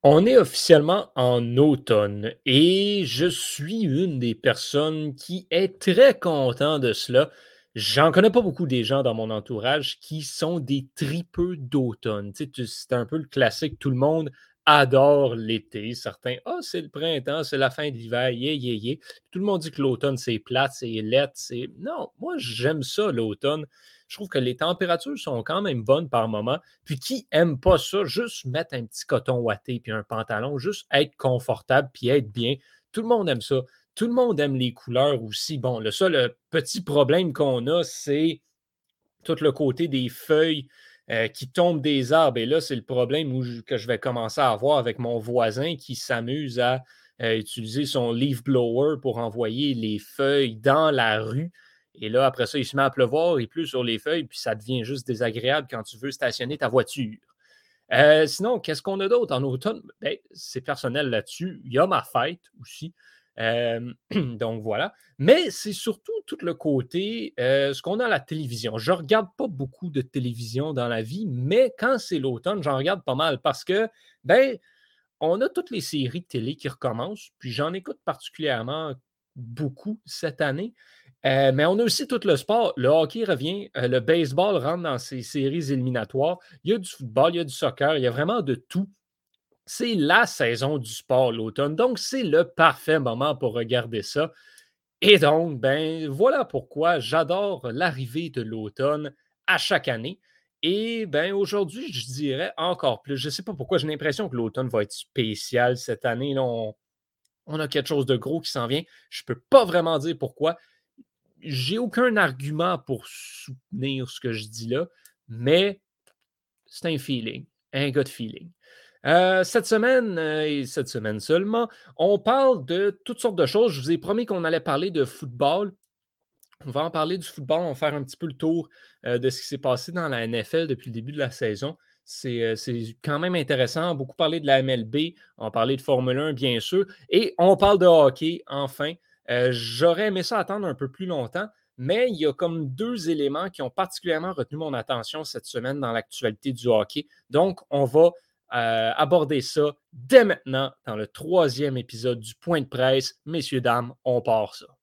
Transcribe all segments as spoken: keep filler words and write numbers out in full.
On est officiellement en automne et je suis une des personnes qui est très content de cela. J'en connais pas beaucoup des gens dans mon entourage qui sont des tripeux d'automne. Tu sais, tu- c'est un peu le classique, tout le monde adore l'été. Certains, ah, c'est le printemps, c'est la fin de l'hiver, yeah, yeah, yeah. Tout le monde dit que l'automne, c'est plate, c'est laid, c'est... Non, moi, j'aime ça, l'automne. Je trouve que les températures sont quand même bonnes par moment. Puis qui aime pas ça? Juste mettre un petit coton ouaté puis un pantalon, juste être confortable puis être bien. Tout le monde aime ça. Tout le monde aime les couleurs aussi. Bon, le seul euh, petit problème qu'on a, c'est tout le côté des feuilles euh, qui tombent des arbres. Et là, c'est le problème où je- que je vais commencer à avoir avec mon voisin qui s'amuse à euh, utiliser son leaf blower pour envoyer les feuilles dans la rue. Et là, après ça, il se met à pleuvoir, il pleut sur les feuilles, puis ça devient juste désagréable quand tu veux stationner ta voiture. Euh, sinon, qu'est-ce qu'on a d'autre en automne? Ben, c'est personnel là-dessus. Il y a ma fête aussi. Euh, donc voilà. Mais c'est surtout tout le côté, euh, ce qu'on a à la télévision. Je ne regarde pas beaucoup de télévision dans la vie, mais quand c'est l'automne, j'en regarde pas mal parce que, ben, on a toutes les séries de télé qui recommencent, puis j'en écoute particulièrement beaucoup cette année. Euh, mais on a aussi tout le sport. Le hockey revient, euh, le baseball rentre dans ces séries éliminatoires. Il y a du football, il y a du soccer, il y a vraiment de tout. C'est la saison du sport, l'automne. Donc, c'est le parfait moment pour regarder ça. Et donc, ben voilà pourquoi j'adore l'arrivée de l'automne à chaque année. Et ben aujourd'hui, je dirais encore plus. Je ne sais pas pourquoi, j'ai l'impression que l'automne va être spécial cette année. Là, on, on a quelque chose de gros qui s'en vient. Je ne peux pas vraiment dire pourquoi. J'ai aucun argument pour soutenir ce que je dis là, mais c'est un feeling, un gars de feeling. Euh, cette semaine, euh, et cette semaine seulement, on parle de toutes sortes de choses. Je vous ai promis qu'on allait parler de football. On va en parler du football, on va faire un petit peu le tour euh, de ce qui s'est passé dans la N F L depuis le début de la saison. C'est, euh, c'est quand même intéressant. On a beaucoup parlé de la M L B, on a parlé de Formule un, bien sûr, et on parle de hockey, enfin. Euh, j'aurais aimé ça attendre un peu plus longtemps, mais il y a comme deux éléments qui ont particulièrement retenu mon attention cette semaine dans l'actualité du hockey. Donc, on va euh, aborder ça dès maintenant dans le troisième épisode du Point de presse. Messieurs, dames, on part ça.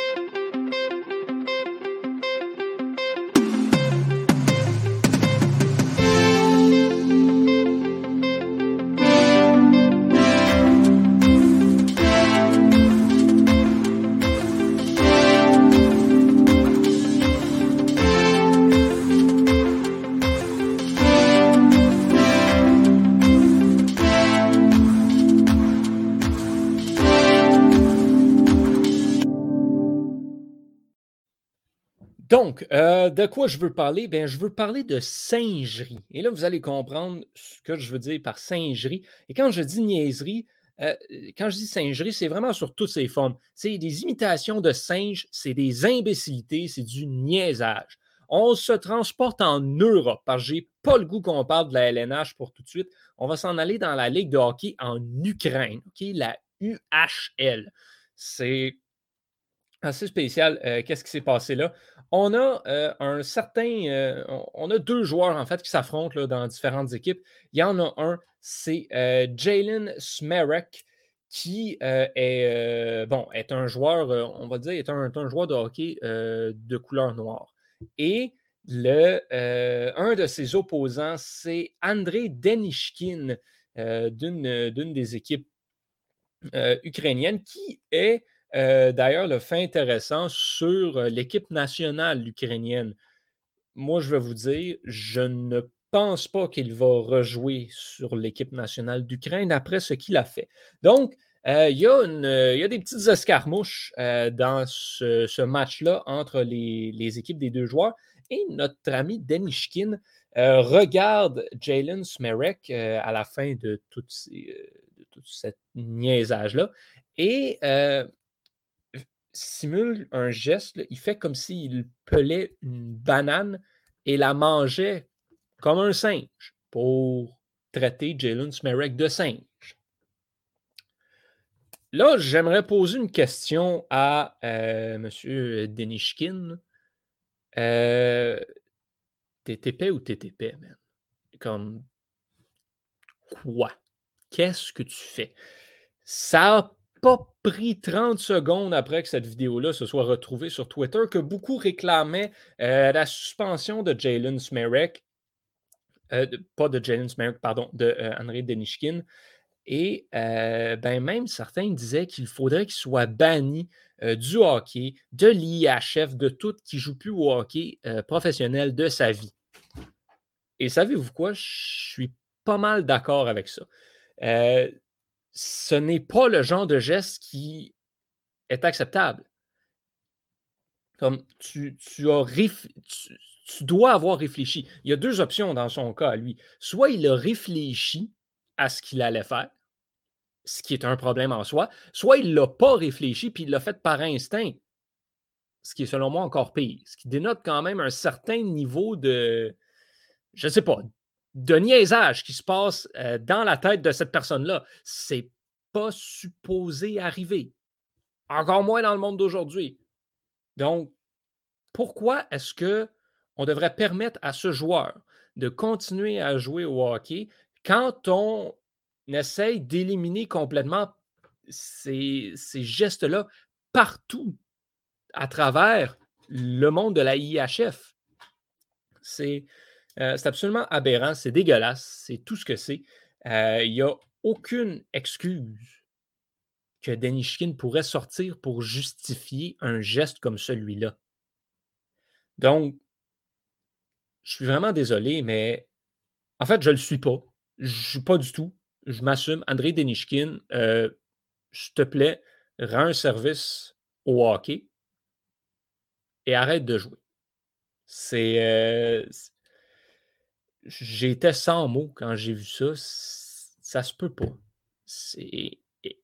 Donc, euh, de quoi je veux parler? Bien, je veux parler de singerie. Et là, vous allez comprendre ce que je veux dire par singerie. Et quand je dis niaiserie, euh, quand je dis singerie, c'est vraiment sur toutes ses formes. C'est des imitations de singes, c'est des imbécilités, c'est du niaisage. On se transporte en Europe, parce que j'ai pas le goût qu'on parle de la L N H pour tout de suite. On va s'en aller dans la Ligue de hockey en Ukraine, ok? La U H L. C'est assez spécial. Euh, qu'est-ce qui s'est passé là? On a euh, un certain. Euh, on, on a deux joueurs, en fait, qui s'affrontent là, dans différentes équipes. Il y en a un, c'est euh, Jalen Smerek, qui euh, est, euh, bon, est un joueur, euh, on va dire, est un, est un joueur de hockey euh, de couleur noire. Et le, euh, un de ses opposants, c'est Andrei Denishkin, euh, d'une, d'une des équipes euh, ukrainiennes, qui est euh, d'ailleurs le fait intéressant sur euh, l'équipe nationale ukrainienne. Moi, je vais vous dire, je ne pense pas qu'il va rejouer sur l'équipe nationale d'Ukraine après ce qu'il a fait. Donc, euh, il, y a une, il y a des petites escarmouches euh, dans ce, ce match-là entre les, les, équipes des deux joueurs. Et notre ami Denishkin euh, regarde Jalen Smerek euh, à la fin de, toutes ces, euh, de tout cette niaisage-là et euh, simule un geste. Là, il fait comme s'il pelait une banane et la mangeait comme un singe pour traiter Jalen Smerek de singe. Là, j'aimerais poser une question à euh, M. Denishkin. Euh, t'es épais ou t'es épais, man? Comme quoi? qu'est-ce que tu fais? Ça n'a pas pris trente secondes après que cette vidéo-là se soit retrouvée sur Twitter que beaucoup réclamaient euh, la suspension de Jalen Smereck, euh, de- pas de Jalen Smereck, pardon, de euh, Andrei Denishkin. Et euh, ben même certains disaient qu'il faudrait qu'il soit banni euh, du hockey, de l'I H F, de tout, qui ne joue plus au hockey euh, professionnel de sa vie. Et savez-vous quoi? Je suis pas mal d'accord avec ça. Euh, ce n'est pas le genre de geste qui est acceptable. Comme tu, tu as réf- tu, tu dois avoir réfléchi. Il y a deux options dans son cas à lui. Soit il a réfléchi à ce qu'il allait faire, ce qui est un problème en soi, soit il ne l'a pas réfléchi puis il l'a fait par instinct, ce qui est selon moi encore pire, ce qui dénote quand même un certain niveau de, je ne sais pas, de niaisage qui se passe euh, dans la tête de cette personne-là. C'est pas supposé arriver. Encore moins dans le monde d'aujourd'hui. Donc, pourquoi est-ce qu'on devrait permettre à ce joueur de continuer à jouer au hockey quand on essaye d'éliminer complètement ces, ces gestes-là partout à travers le monde de la I H F? C'est euh, c'est absolument aberrant, c'est dégueulasse, c'est tout ce que c'est. Euh, Il n'y a aucune excuse que Denishkin pourrait sortir pour justifier un geste comme celui-là. Donc, je suis vraiment désolé, mais en fait, je ne le suis pas. Je ne suis pas du tout. Je m'assume. Andrei Denishkin, euh, s'il te plaît, rends un service au hockey et arrête de jouer. C'est. Euh, J'étais sans mots quand j'ai vu ça. Ça se peut pas. C'est.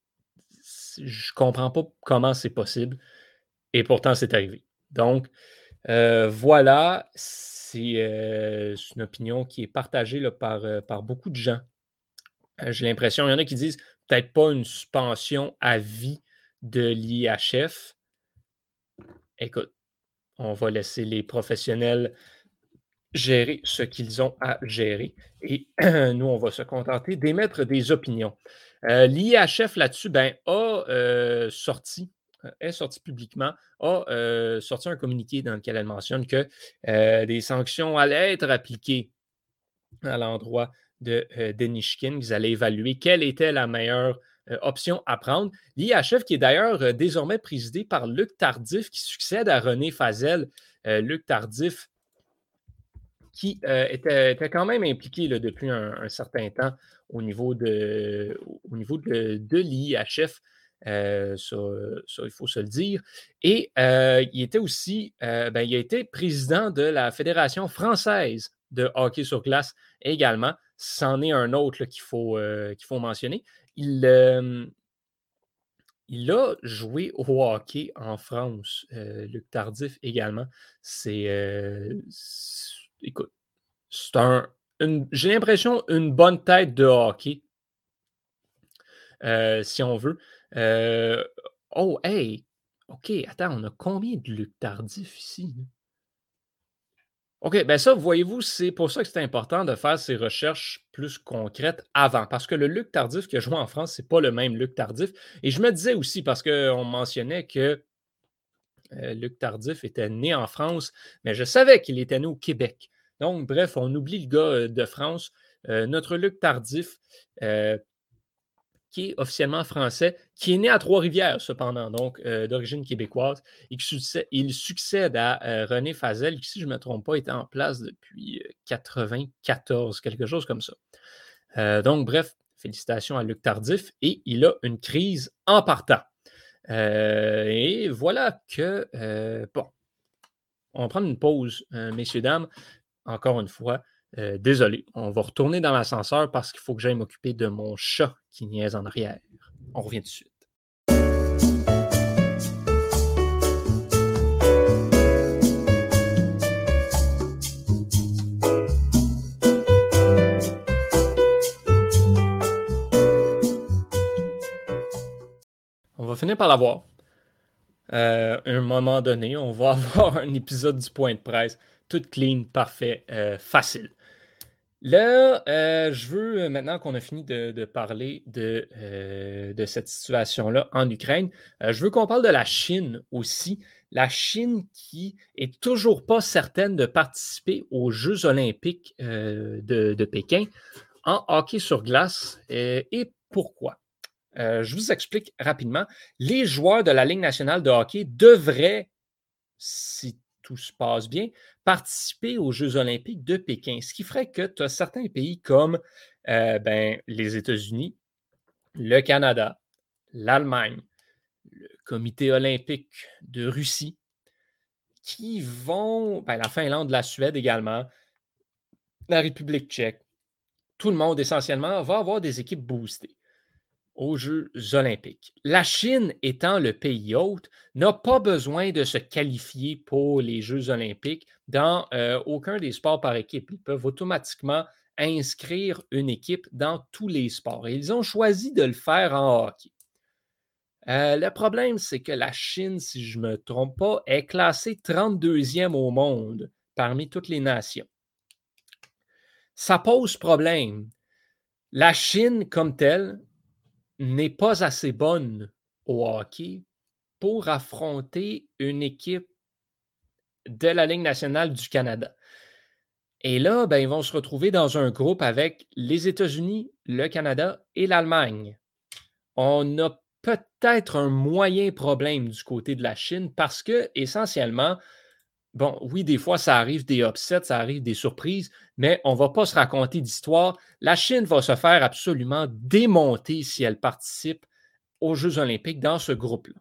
Je comprends pas comment c'est possible. Et pourtant, c'est arrivé. Donc, euh, voilà, c'est euh, une opinion qui est partagée là, par, euh, par beaucoup de gens. Euh, j'ai l'impression, il y en a qui disent peut-être pas une suspension à vie de l'I H F. Écoute, on va laisser les professionnels gérer ce qu'ils ont à gérer. Et nous, on va se contenter d'émettre des opinions. Euh, L'I H F là-dessus ben, a euh, sorti, euh, est sorti publiquement, a euh, sorti un communiqué dans lequel elle mentionne que euh, des sanctions allaient être appliquées à l'endroit de euh, Denishkin, qu'ils allaient évaluer quelle était la meilleure euh, option à prendre. L'I H F, qui est d'ailleurs euh, désormais présidé par Luc Tardif, qui succède à René Fazel. Euh, Luc Tardif, qui euh, était, était, quand même impliqué là, depuis un, un, certain temps au niveau de, au niveau de, de l'I H F. Euh, ça, ça, il faut se le dire. Et euh, il était aussi, euh, ben, il a été président de la Fédération française de hockey sur glace également. C'en est un autre qu'il faut, euh, qu'il faut mentionner. Il, euh, il a joué au hockey en France, euh, Luc Tardif également. C'est, euh, c'est écoute, c'est un, une, j'ai l'impression, une bonne tête de hockey, euh, si on veut. Euh, oh, hey! OK, attends, on a combien de Luc Tardif ici? OK, ben ça, voyez-vous, c'est pour ça que c'est important de faire ces recherches plus concrètes avant. Parce que le Luc Tardif qui a joué en France, c'est pas le même Luc Tardif. Et je me disais aussi, parce qu'on mentionnait que euh, Luc Tardif était né en France, mais je savais qu'il était né au Québec. Donc, bref, on oublie le gars de France. Euh, notre Luc Tardif, euh, qui est officiellement français, qui est né à Trois-Rivières, cependant, donc euh, d'origine québécoise, et qui succède, il succède à euh, René Fazel, qui, si je ne me trompe pas, était en place depuis euh, quatre-vingt-quatorze, quelque chose comme ça. Euh, donc, bref, félicitations à Luc Tardif, et il a une crise en partant. Euh, et voilà que, euh, bon, on va prendre une pause, euh, messieurs, dames. Encore une fois, euh, désolé, on va retourner dans l'ascenseur parce qu'il faut que j'aille m'occuper de mon chat qui niaise en arrière. On revient tout de suite. On va finir par l'avoir. Euh, à un moment donné, on va avoir un épisode du point de presse, tout clean, parfait, euh, facile. Là, heu, je veux, heu, maintenant qu'on a fini de de parler de, heu, de cette situation-là en Ukraine, heu, je veux qu'on parle de la Chine aussi. La Chine qui est toujours pas certaine de participer aux Jeux olympiques, heu, de de Pékin en hockey sur glace, heu et pourquoi? Heu, je vous explique rapidement. Les joueurs de la Ligue nationale de hockey devraient, si tout se passe bien, participer aux Jeux olympiques de Pékin. Ce qui ferait que tu as certains pays comme euh, ben, les États-Unis, le Canada, l'Allemagne, le Comité olympique de Russie, qui vont, ben, la Finlande, la Suède également, la République tchèque, tout le monde essentiellement va avoir des équipes boostées aux Jeux olympiques. La Chine, étant le pays hôte, n'a pas besoin de se qualifier pour les Jeux olympiques dans euh, aucun des sports par équipe. Ils peuvent automatiquement inscrire une équipe dans tous les sports. Et ils ont choisi de le faire en hockey. Euh, le problème, c'est que la Chine, si je ne me trompe pas, est classée trente-deuxième au monde parmi toutes les nations. Ça pose problème. La Chine, comme telle, n'est pas assez bonne au hockey pour affronter une équipe de la Ligue nationale du Canada. Et là, ben, ils vont se retrouver dans un groupe avec les États-Unis, le Canada et l'Allemagne. On a peut-être un moyen problème du côté de la Chine parce que, essentiellement, bon, oui, des fois, ça arrive des upsets, ça arrive des surprises, mais on ne va pas se raconter d'histoire. La Chine va se faire absolument démonter si elle participe aux Jeux olympiques dans ce groupe-là.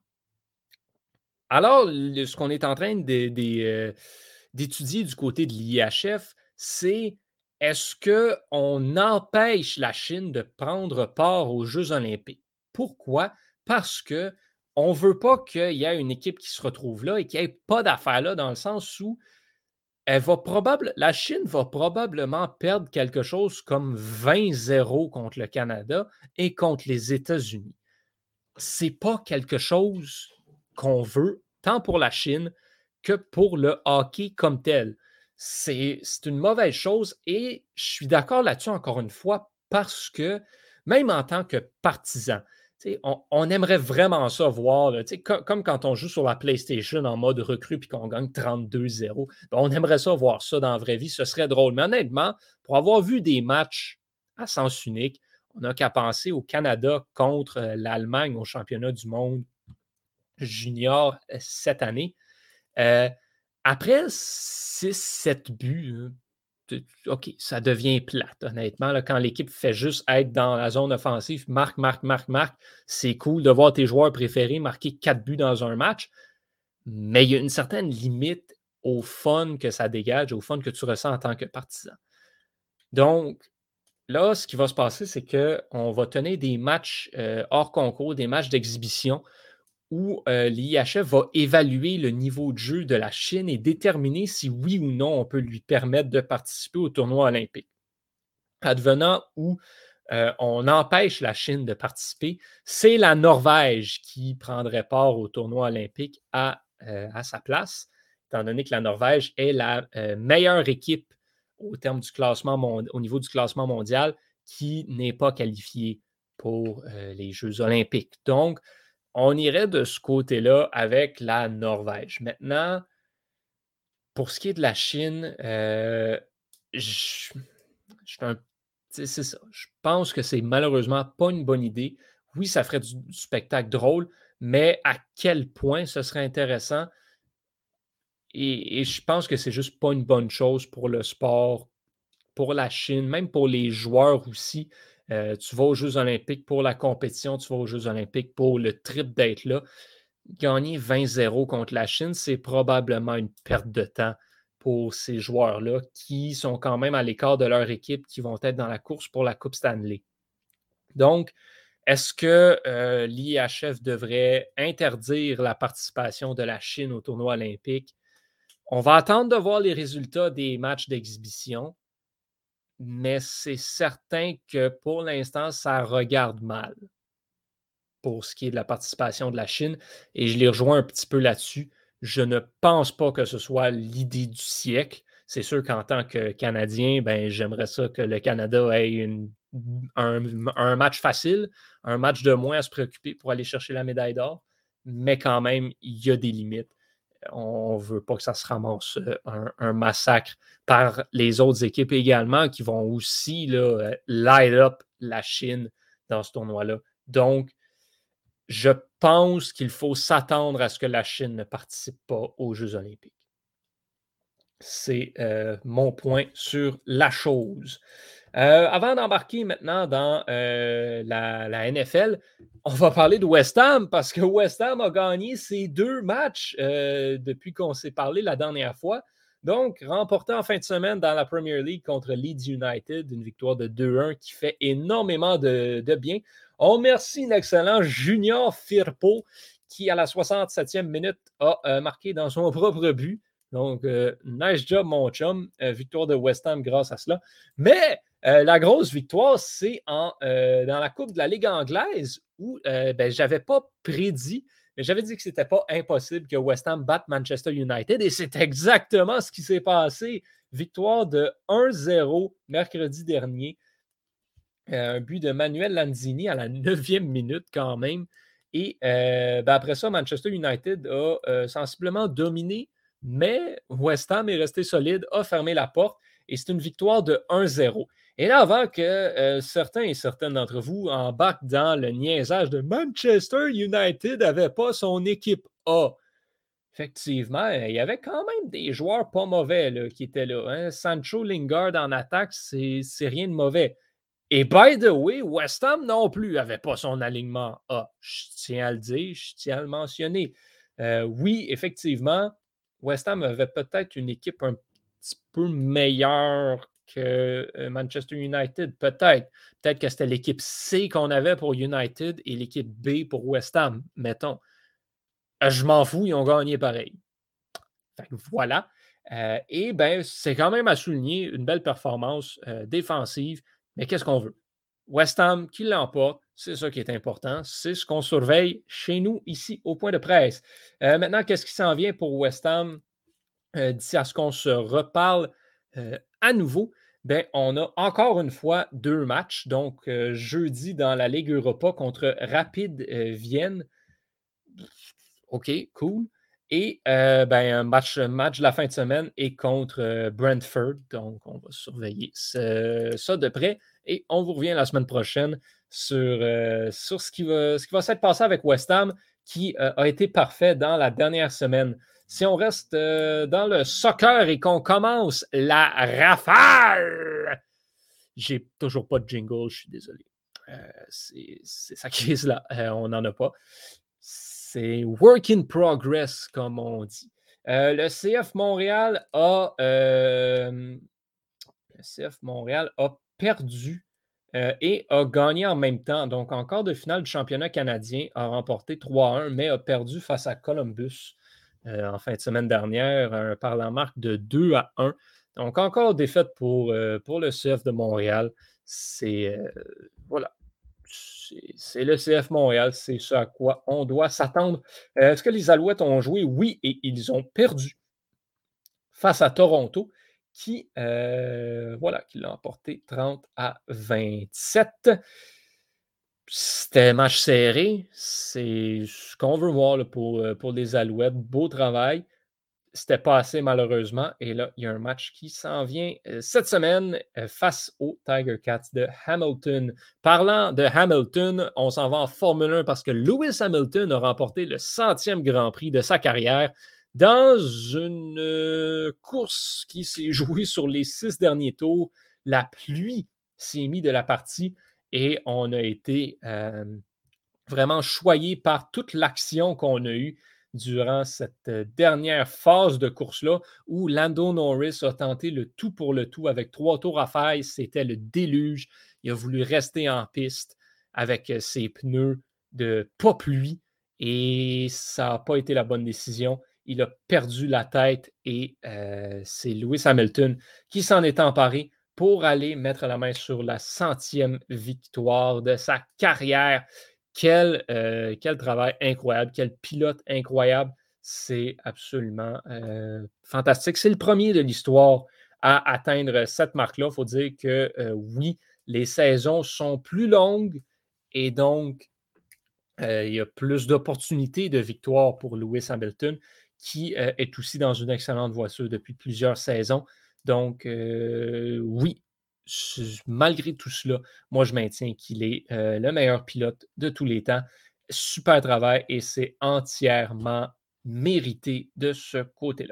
Alors, le- ce qu'on est en train de- de, euh, d'étudier du côté de l'I H F, c'est est-ce qu'on empêche la Chine de prendre part aux Jeux olympiques? Pourquoi? Parce que on ne veut pas qu'il y ait une équipe qui se retrouve là et qu'il n'y ait pas d'affaires là, dans le sens où elle va probable, la Chine va probablement perdre quelque chose comme vingt zéro contre le Canada et contre les États-Unis. C'est pas quelque chose qu'on veut, tant pour la Chine que pour le hockey comme tel. C'est c'est une mauvaise chose et je suis d'accord là-dessus encore une fois parce que même en tant que partisan, tu sais, on, on aimerait vraiment ça voir, là, tu sais, co- comme quand on joue sur la PlayStation en mode recrue puis qu'on gagne trente-deux zéro. Ben, on aimerait ça voir ça dans la vraie vie, ce serait drôle. Mais honnêtement, pour avoir vu des matchs à sens unique, on n'a qu'à penser au Canada contre euh, l'Allemagne au championnat du monde junior euh, cette année. Euh, Après six sept buts, hein, OK, ça devient plate, honnêtement. Là, quand l'équipe fait juste être dans la zone offensive, marque, marque, marque, marque, c'est cool de voir tes joueurs préférés marquer quatre buts dans un match, mais il y a une certaine limite au fun que ça dégage, au fun que tu ressens en tant que partisan. Donc, là, ce qui va se passer, c'est qu'on va tenir des matchs euh, hors concours, des matchs d'exhibition où euh, l'I H F va évaluer le niveau de jeu de la Chine et déterminer si oui ou non on peut lui permettre de participer au tournoi olympique. Advenant où euh, on empêche la Chine de participer, c'est la Norvège qui prendrait part au tournoi olympique à, euh, à sa place, étant donné que la Norvège est la euh, meilleure équipe au terme du classement mond- au niveau du classement mondial qui n'est pas qualifiée pour euh, les Jeux olympiques. Donc, on irait de ce côté-là avec la Norvège. Maintenant, pour ce qui est de la Chine, euh, je, je un, c'est ça. Je pense que c'est malheureusement pas une bonne idée. Oui, ça ferait du, du spectacle drôle, mais à quel point ce serait intéressant? Et, et je pense que c'est juste pas une bonne chose pour le sport, pour la Chine, même pour les joueurs aussi. Euh, tu vas aux Jeux olympiques pour la compétition, tu vas aux Jeux olympiques pour le trip d'être là. Gagner vingt zéro contre la Chine, c'est probablement une perte de temps pour ces joueurs-là qui sont quand même à l'écart de leur équipe, qui vont être dans la course pour la Coupe Stanley. Donc, est-ce que euh, l'I H F devrait interdire la participation de la Chine au tournoi olympique? On va attendre de voir les résultats des matchs d'exhibition, mais c'est certain que pour l'instant, ça regarde mal pour ce qui est de la participation de la Chine. Et je les rejoins un petit peu là-dessus. Je ne pense pas que ce soit l'idée du siècle. c'est sûr qu'en tant que Canadien, ben, j'aimerais ça que le Canada ait une, un, un match facile, un match de moins à se préoccuper pour aller chercher la médaille d'or, mais quand même, il y a des limites. On ne veut pas que ça se ramasse un, un massacre par les autres équipes également qui vont aussi là, light up la Chine dans ce tournoi-là. Donc, je pense qu'il faut s'attendre à ce que la Chine ne participe pas aux Jeux olympiques. C'est euh, mon point sur la chose. Euh, avant d'embarquer maintenant dans euh, la, la N F L, on va parler de West Ham parce que West Ham a gagné ses deux matchs euh, depuis qu'on s'est parlé la dernière fois. Donc, remporté en fin de semaine dans la Premier League contre Leeds United, une victoire de deux un qui fait énormément de, de bien. On remercie l'excellent Junior Firpo qui, à la soixante-septième minute, a euh, marqué dans son propre but. Donc, euh, nice job, mon chum. Euh, victoire de West Ham grâce à cela. Mais euh, la grosse victoire, c'est en, euh, dans la Coupe de la Ligue anglaise où euh, ben, je n'avais pas prédit, mais j'avais dit que ce n'était pas impossible que West Ham batte Manchester United et c'est exactement ce qui s'est passé. Victoire de un zéro mercredi dernier. Euh, un but de Manuel Lanzini à la neuvième minute quand même. Et euh, ben après ça, Manchester United a euh, sensiblement dominé, mais West Ham est resté solide, a fermé la porte et c'est une victoire de un zéro. Et là, avant que euh, certains et certaines d'entre vous embarquent dans le niaisage de Manchester United n'avait pas son équipe A. Effectivement, il y avait quand même des joueurs pas mauvais là, qui étaient là. Hein? Sancho Lingard en attaque, c'est, c'est rien de mauvais. Et by the way, West Ham non plus n'avait pas son alignement A. Je tiens à le dire, je tiens à le mentionner. Euh, oui, effectivement, West Ham avait peut-être une équipe un petit peu meilleure que Manchester United. Peut-être. Peut-être que c'était l'équipe C qu'on avait pour United et l'équipe B pour West Ham, mettons. Je m'en fous, ils ont gagné pareil. Fait que voilà. Euh, et bien, c'est quand même à souligner une belle performance euh, défensive. Mais qu'est-ce qu'on veut? West Ham qui l'emporte, c'est ça qui est important. C'est ce qu'on surveille chez nous, ici, au point de presse. Euh, maintenant, qu'est-ce qui s'en vient pour West Ham euh, d'ici à ce qu'on se reparle euh, à nouveau? Ben, on a encore une fois deux matchs. Donc, euh, jeudi dans la Ligue Europa contre Rapid euh, Vienne. OK, cool. Et euh, ben, un match, match de la fin de semaine est contre euh, Brentford. Donc, on va surveiller ce, ça de près. Et on vous revient la semaine prochaine sur, euh, sur ce qui va, ce qui va s'être passé avec West Ham, qui euh, a été parfait dans la dernière semaine. Si on reste euh, dans le soccer et qu'on commence la rafale, j'ai toujours pas de jingle, je suis désolé. Euh, c'est, c'est sa crise là, euh, on n'en a pas. C'est work in progress, comme on dit. Euh, le C F Montréal a euh, le C F Montréal a perdu euh, et a gagné en même temps. Donc, en quart de finale du championnat canadien, a remporté trois à un, mais a perdu face à Columbus euh, en fin de semaine dernière euh, par la marque de deux à un. Donc, encore défaite pour, euh, pour le C F de Montréal. C'est euh, voilà. C'est, c'est le C F Montréal, c'est ce à quoi on doit s'attendre. Euh, est-ce que les Alouettes ont joué? Oui, et ils ont perdu face à Toronto, qui, euh, voilà, qui l'a emporté trente à vingt-sept. C'était un match serré. C'est ce qu'on veut voir là, pour, pour les Alouettes. Beau travail. C'était pas assez, malheureusement. Et là, il y a un match qui s'en vient euh, cette semaine euh, face aux Tiger Cats de Hamilton. Parlant de Hamilton, on s'en va en Formule un parce que Lewis Hamilton a remporté le centième Grand Prix de sa carrière dans une euh, course qui s'est jouée sur les six derniers tours. La pluie s'est mise de la partie et on a été euh, vraiment choyé par toute l'action qu'on a eue durant cette dernière phase de course-là où Lando Norris a tenté le tout pour le tout avec trois tours à faire. C'était le déluge. Il a voulu rester en piste avec ses pneus de pas pluie et ça n'a pas été la bonne décision. Il a perdu la tête et euh, c'est Lewis Hamilton qui s'en est emparé pour aller mettre la main sur la centième victoire de sa carrière. Quel, euh, quel travail incroyable, quel pilote incroyable. C'est absolument euh, fantastique. C'est le premier de l'histoire à atteindre cette marque-là. Il faut dire que euh, oui, les saisons sont plus longues et donc euh, il y a plus d'opportunités de victoire pour Lewis Hamilton, qui euh, est aussi dans une excellente voiture depuis plusieurs saisons. Donc, euh, oui, malgré tout cela, moi, je maintiens qu'il est euh, le meilleur pilote de tous les temps. Super travail et c'est entièrement mérité de ce côté-là.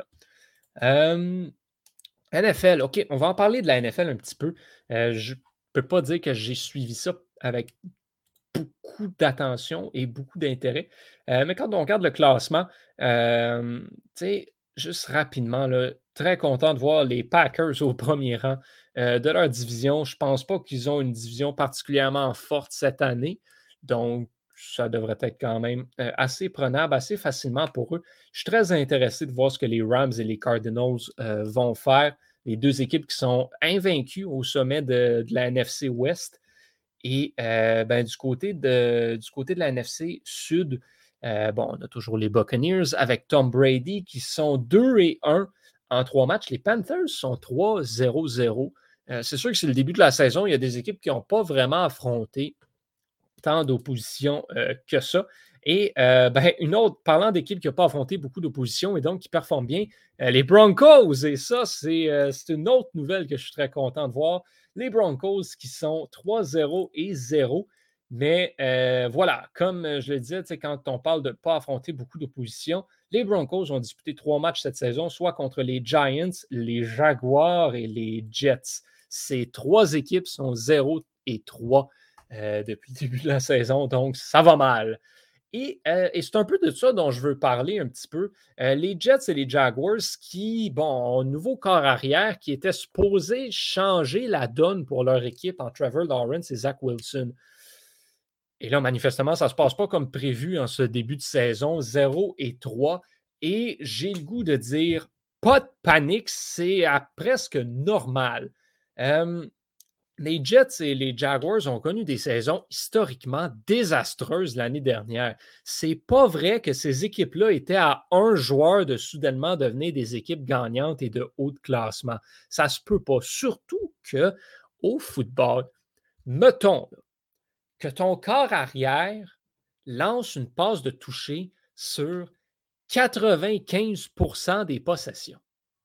Euh, N F L, OK, on va en parler de la N F L un petit peu. Euh, je ne peux pas dire que j'ai suivi ça avec beaucoup d'attention et beaucoup d'intérêt. Euh, mais quand on regarde le classement, euh, tu sais, juste rapidement, là, très content de voir les Packers au premier rang euh, de leur division. Je ne pense pas qu'ils ont une division particulièrement forte cette année. Donc, ça devrait être quand même euh, assez prenable, assez facilement pour eux. Je suis très intéressé de voir ce que les Rams et les Cardinals euh, vont faire. Les deux équipes qui sont invaincues au sommet de, de la N F C West. Et euh, ben, du, côté de, du côté de la N F C Sud, euh, bon, on a toujours les Buccaneers avec Tom Brady qui sont deux et un en trois matchs. Les Panthers sont trois zéro zéro. Euh, c'est sûr que c'est le début de la saison. Il y a des équipes qui n'ont pas vraiment affronté tant d'opposition euh, que ça. Et euh, ben, une autre, parlant d'équipe qui n'a pas affronté beaucoup d'opposition et donc qui performe bien, euh, les Broncos. Et ça, c'est, euh, c'est une autre nouvelle que je suis très content de voir. Les Broncos qui sont trois zéro et zéro. Mais euh, voilà, comme je le disais, quand on parle de ne pas affronter beaucoup d'opposition, les Broncos ont disputé trois matchs cette saison, soit contre les Giants, les Jaguars et les Jets. Ces trois équipes sont zéro et trois. Euh, depuis le début de la saison, donc ça va mal. Et, euh, et c'est un peu de ça dont je veux parler un petit peu. Euh, les Jets et les Jaguars qui, bon, ont un nouveau corps arrière qui était supposé changer la donne pour leur équipe en Trevor Lawrence et Zach Wilson. Et là, manifestement, ça ne se passe pas comme prévu en ce début de saison, zéro et trois. Et j'ai le goût de dire, pas de panique, c'est à presque normal. Euh, les Jets et les Jaguars ont connu des saisons historiquement désastreuses l'année dernière. C'est pas vrai que ces équipes-là étaient à un joueur de soudainement devenir des équipes gagnantes et de haut de classement. Ça se peut pas. Surtout que au football, mettons que ton corps arrière lance une passe de toucher sur quatre-vingt-quinze pour cent des possessions.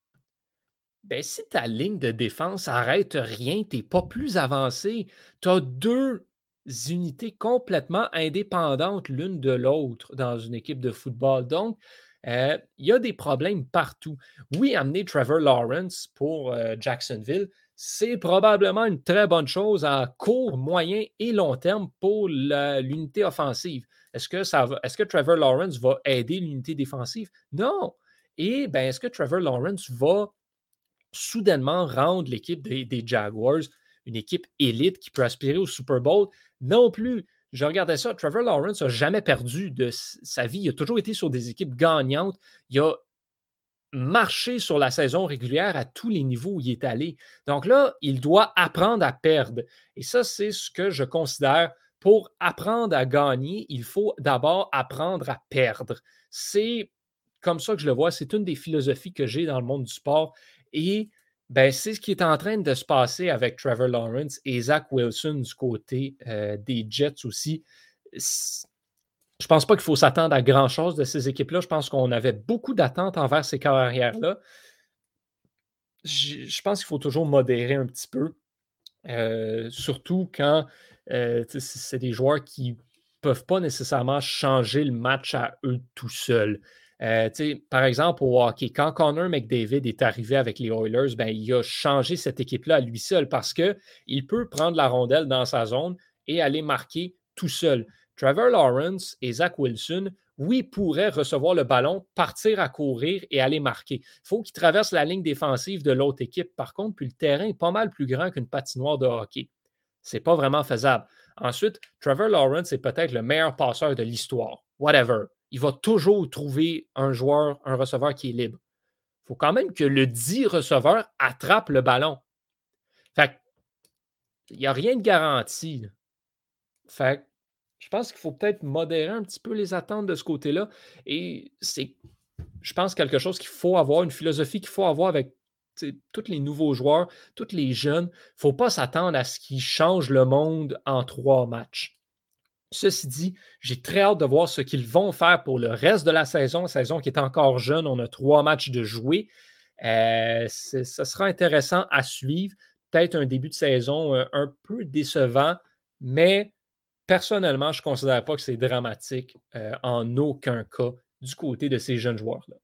Ben, si ta ligne de défense arrête rien, tu n'es pas plus avancé. Tu as deux unités complètement indépendantes l'une de l'autre dans une équipe de football. Donc, euh, il y a des problèmes partout. Oui, amener Trevor Lawrence pour euh, Jacksonville, c'est probablement une très bonne chose à court, moyen et long terme pour la, l'unité offensive. Est-ce que, ça va, est-ce que Trevor Lawrence va aider l'unité défensive? Non. Et ben, est-ce que Trevor Lawrence va soudainement rendre l'équipe des, des Jaguars une équipe élite qui peut aspirer au Super Bowl? Non plus. Je regardais ça. Trevor Lawrence n'a jamais perdu de sa vie. Il a toujours été sur des équipes gagnantes. Il a marché sur la saison régulière à tous les niveaux où il est allé. Donc là, il doit apprendre à perdre. Et ça, c'est ce que je considère. Pour apprendre à gagner, il faut d'abord apprendre à perdre. C'est comme ça que je le vois. C'est une des philosophies que j'ai dans le monde du sport. Et ben, c'est ce qui est en train de se passer avec Trevor Lawrence et Zach Wilson du côté euh, des Jets aussi. C'est, je ne pense pas qu'il faut s'attendre à grand-chose de ces équipes-là. Je pense qu'on avait beaucoup d'attentes envers ces carrières-là. Je, je pense qu'il faut toujours modérer un petit peu, euh, surtout quand euh, c'est des joueurs qui ne peuvent pas nécessairement changer le match à eux tout seuls. Euh, par exemple, au hockey, quand Connor McDavid est arrivé avec les Oilers, ben, il a changé cette équipe-là à lui seul parce qu'il peut prendre la rondelle dans sa zone et aller marquer tout seul. Trevor Lawrence et Zach Wilson, oui, pourraient recevoir le ballon, partir à courir et aller marquer. Il faut qu'ils traversent la ligne défensive de l'autre équipe, par contre, puis le terrain est pas mal plus grand qu'une patinoire de hockey. C'est pas vraiment faisable. Ensuite, Trevor Lawrence est peut-être le meilleur passeur de l'histoire. Whatever. Il va toujours trouver un joueur, un receveur qui est libre. Il faut quand même que le dit receveur attrape le ballon. Fait il n'y a rien de garanti. Fait je pense qu'il faut peut-être modérer un petit peu les attentes de ce côté-là. Et c'est, je pense, quelque chose qu'il faut avoir, une philosophie qu'il faut avoir avec tous les nouveaux joueurs, tous les jeunes, il ne faut pas s'attendre à ce qu'ils changent le monde en trois matchs. Ceci dit, j'ai très hâte de voir ce qu'ils vont faire pour le reste de la saison, la saison qui est encore jeune. On a trois matchs de jouer. Euh, ce sera intéressant à suivre. Peut-être un début de saison euh, un peu décevant, mais personnellement, je ne considère pas que c'est dramatique euh, en aucun cas du côté de ces jeunes joueurs-là.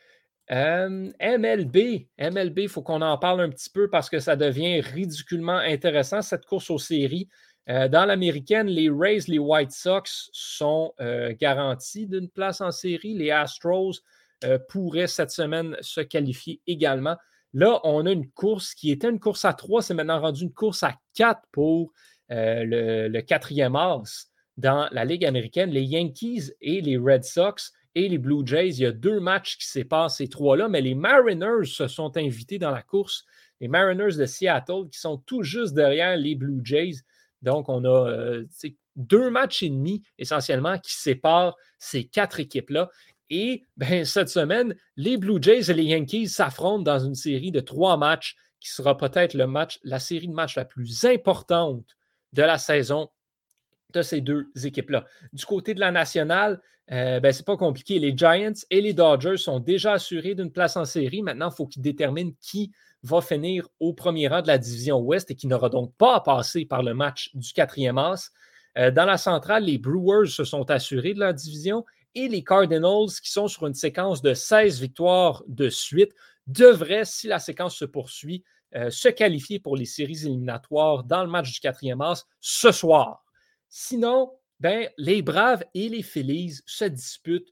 Euh, M L B, M L B, il faut qu'on en parle un petit peu parce que ça devient ridiculement intéressant, cette course aux séries. Euh, dans l'américaine, les Rays, les White Sox sont euh, garantis d'une place en série. Les Astros euh, pourraient cette semaine se qualifier également. Là, on a une course qui était une course à trois, c'est maintenant rendu une course à quatre pour euh, le, le quatrième as dans la Ligue américaine. Les Yankees et les Red Sox et les Blue Jays, il y a deux matchs qui séparent ces trois-là, mais les Mariners se sont invités dans la course. Les Mariners de Seattle qui sont tout juste derrière les Blue Jays. Donc, on a euh, deux matchs et demi essentiellement qui séparent ces quatre équipes-là. Et ben, cette semaine, les Blue Jays et les Yankees s'affrontent dans une série de trois matchs qui sera peut-être le match, la série de matchs la plus importante de la saison de ces deux équipes-là. Du côté de la nationale, euh, ben, c'est pas compliqué. Les Giants et les Dodgers sont déjà assurés d'une place en série. Maintenant, il faut qu'ils déterminent qui va finir au premier rang de la division Ouest et qui n'aura donc pas à passer par le match du quatrième as. Euh, dans la centrale, les Brewers se sont assurés de la division et les Cardinals, qui sont sur une séquence de seize victoires de suite, devraient, si la séquence se poursuit, euh, se qualifier pour les séries éliminatoires dans le match du quatrième as ce soir. Sinon, ben, les Braves et les Phillies se disputent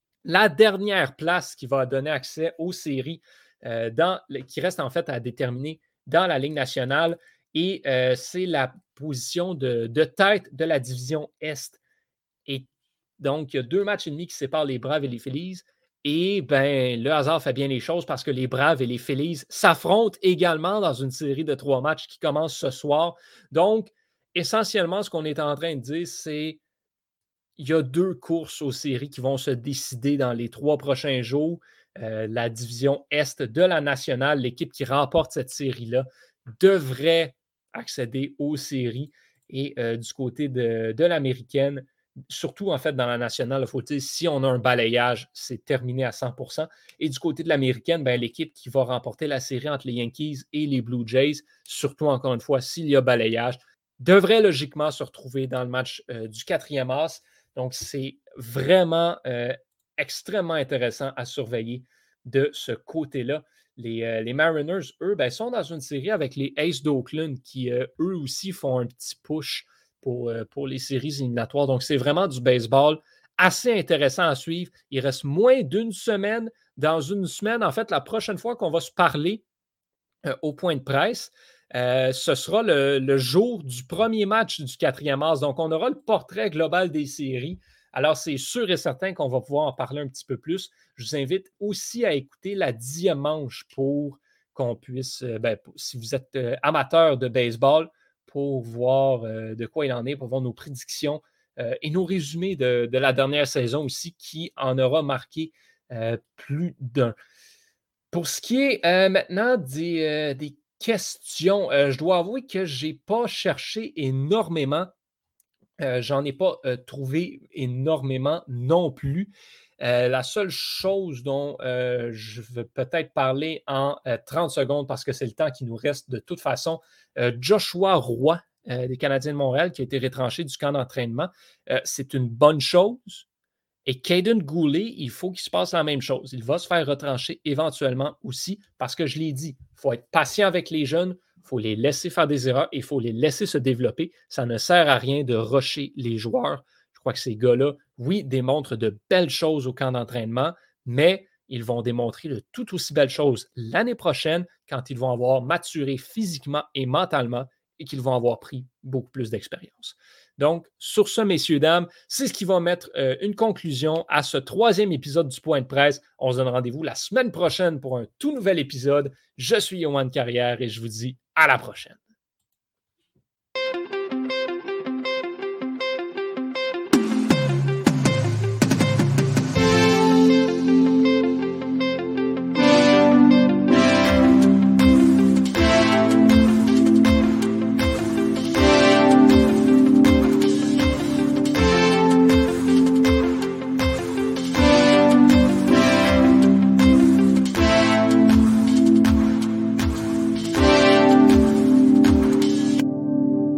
la dernière place qui va donner accès aux séries euh, dans, qui reste en fait à déterminer dans la Ligue nationale. Et euh, c'est la position de, de tête de la division Est. Et donc, il y a deux matchs et demi qui séparent les Braves et les Phillies. Et ben, le hasard fait bien les choses parce que les Braves et les Phillies s'affrontent également dans une série de trois matchs qui commence ce soir. Donc, essentiellement, ce qu'on est en train de dire, c'est qu'il y a deux courses aux séries qui vont se décider dans les trois prochains jours. Euh, la division Est de la nationale, l'équipe qui remporte cette série-là, devrait accéder aux séries. Et euh, du côté de, de l'américaine, surtout en fait dans la nationale, il faut dire, si on a un balayage, c'est terminé à cent pour cent. Et du côté de l'américaine, ben, l'équipe qui va remporter la série entre les Yankees et les Blue Jays, surtout encore une fois, s'il y a balayage, devrait logiquement se retrouver dans le match euh, du quatrième as. Donc, c'est vraiment euh, extrêmement intéressant à surveiller de ce côté-là. Les, euh, les Mariners, eux, ben, sont dans une série avec les Aces d'Oakland qui, euh, eux aussi, font un petit push pour, euh, pour les séries éliminatoires. Donc, c'est vraiment du baseball assez intéressant à suivre. Il reste moins d'une semaine. Dans une semaine, en fait, la prochaine fois qu'on va se parler euh, au point de presse, Euh, ce sera le, le jour du premier match du quatrième as. Donc, on aura le portrait global des séries. Alors, c'est sûr et certain qu'on va pouvoir en parler un petit peu plus. Je vous invite aussi à écouter la dixième manche pour qu'on puisse, euh, ben, pour, si vous êtes euh, amateur de baseball, pour voir euh, de quoi il en est, pour voir nos prédictions euh, et nos résumés de, de la dernière saison aussi, qui en aura marqué euh, plus d'un. Pour ce qui est euh, maintenant des, euh, des questions, euh, je dois avouer que je n'ai pas cherché énormément. Euh, j'en ai pas euh, trouvé énormément non plus. Euh, la seule chose dont euh, je veux peut-être parler en euh, trente secondes, parce que c'est le temps qui nous reste de toute façon, euh, Joshua Roy euh, des Canadiens de Montréal, qui a été retranché du camp d'entraînement. Euh, c'est une bonne chose. Et Caden Goulet, il faut qu'il se passe la même chose. Il va se faire retrancher éventuellement aussi parce que je l'ai dit, il faut être patient avec les jeunes, il faut les laisser faire des erreurs et il faut les laisser se développer. Ça ne sert à rien de rusher les joueurs. Je crois que ces gars-là, oui, démontrent de belles choses au camp d'entraînement, mais ils vont démontrer de tout aussi belles choses l'année prochaine quand ils vont avoir maturé physiquement et mentalement et qu'ils vont avoir pris beaucoup plus d'expérience. Donc, sur ce, messieurs, dames, c'est ce qui va mettre euh, une conclusion à ce troisième épisode du Point de presse. On se donne rendez-vous la semaine prochaine pour un tout nouvel épisode. Je suis Yohan Carrière et je vous dis à la prochaine.